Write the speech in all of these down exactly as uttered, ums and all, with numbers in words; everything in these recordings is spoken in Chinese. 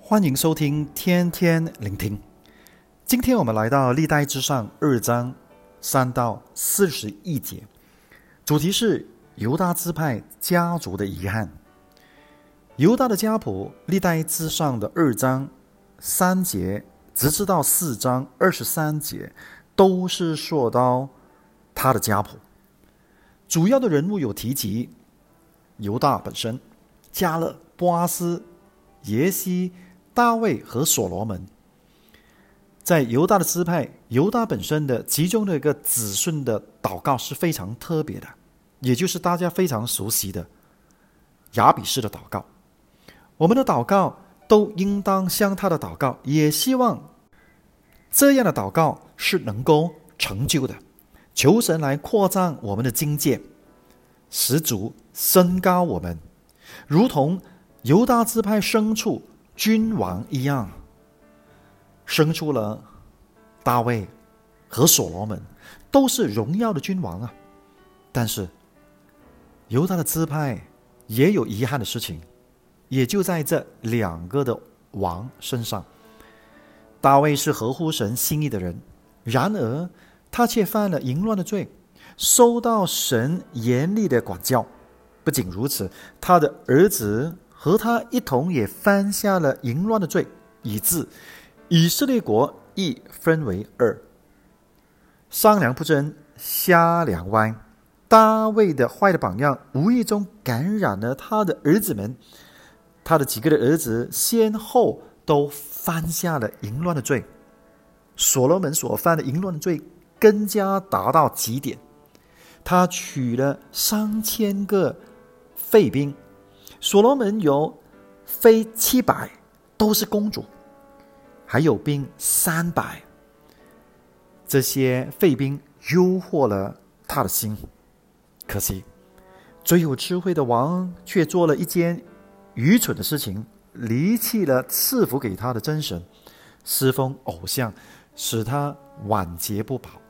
欢迎收听天天聆听。今天我们来到历代志上二章三到四十一节，主题是犹大支派家族的遗憾。犹大的家谱，历代志上的二章三节直至到四章二十三节，都是说到他的家谱。主要的人物有提及犹大本身、迦勒、波阿斯、耶西、大卫和所罗门。在犹大的支派，犹大本身的其中的一个子孙的祷告是非常特别的，也就是大家非常熟悉的亚比式的祷告。我们的祷告都应当像他的祷告，也希望这样的祷告是能够成就的。求神来扩张我们的境界，使主升高我们，如同犹大支派生出君王一样，生出了大卫和所罗门，都是荣耀的君王啊。但是犹大的支派也有遗憾的事情，也就在这两个的王身上。大卫是合乎神心意的人，然而他却犯了淫乱的罪，受到神严厉的管教。不仅如此，他的儿子和他一同也犯下了淫乱的罪，以致以色列国一分为二，上梁不正，下梁歪。大卫的坏的榜样无意中感染了他的儿子们，他的几个的儿子先后都犯下了淫乱的罪。所罗门所犯的淫乱的罪更加达到极点，他娶了三千个妃嫔，所罗门有妃七百，都是公主，还有兵三百。这些妃嫔诱惑了他的心，可惜最有智慧的王却做了一件愚蠢的事情，离弃了赐福给他的真神，侍奉偶像，使他晚节不保。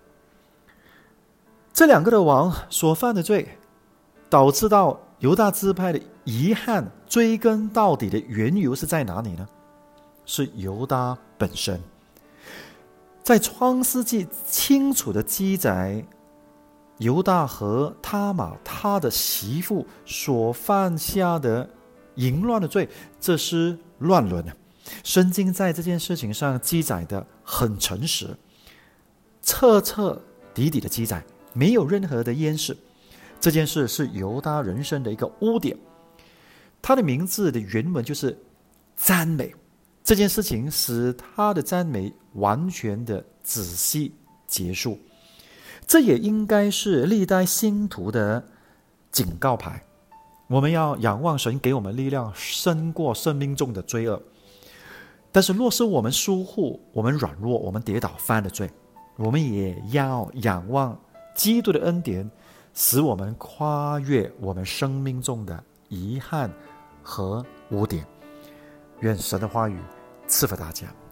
这两个的王所犯的罪，导致到犹大支派的遗憾，追根到底的缘由是在哪里呢？是犹大本身。在创世纪清楚的记载犹大和他玛他的媳妇所犯下的淫乱的罪，这是乱伦。圣经在这件事情上记载的很诚实，彻彻底底的记载，没有任何的掩饰。这件事是犹大人生的一个污点，他的名字的原文就是赞美。这件事情使他的赞美完全的仔细结束，这也应该是历代信徒的警告牌。我们要仰望神给我们力量，胜过生命中的罪恶。但是若是我们疏忽，我们软弱，我们跌倒犯了罪，我们也要仰望基督的恩典，使我们跨越我们生命中的遗憾和污点。愿神的话语赐福大家。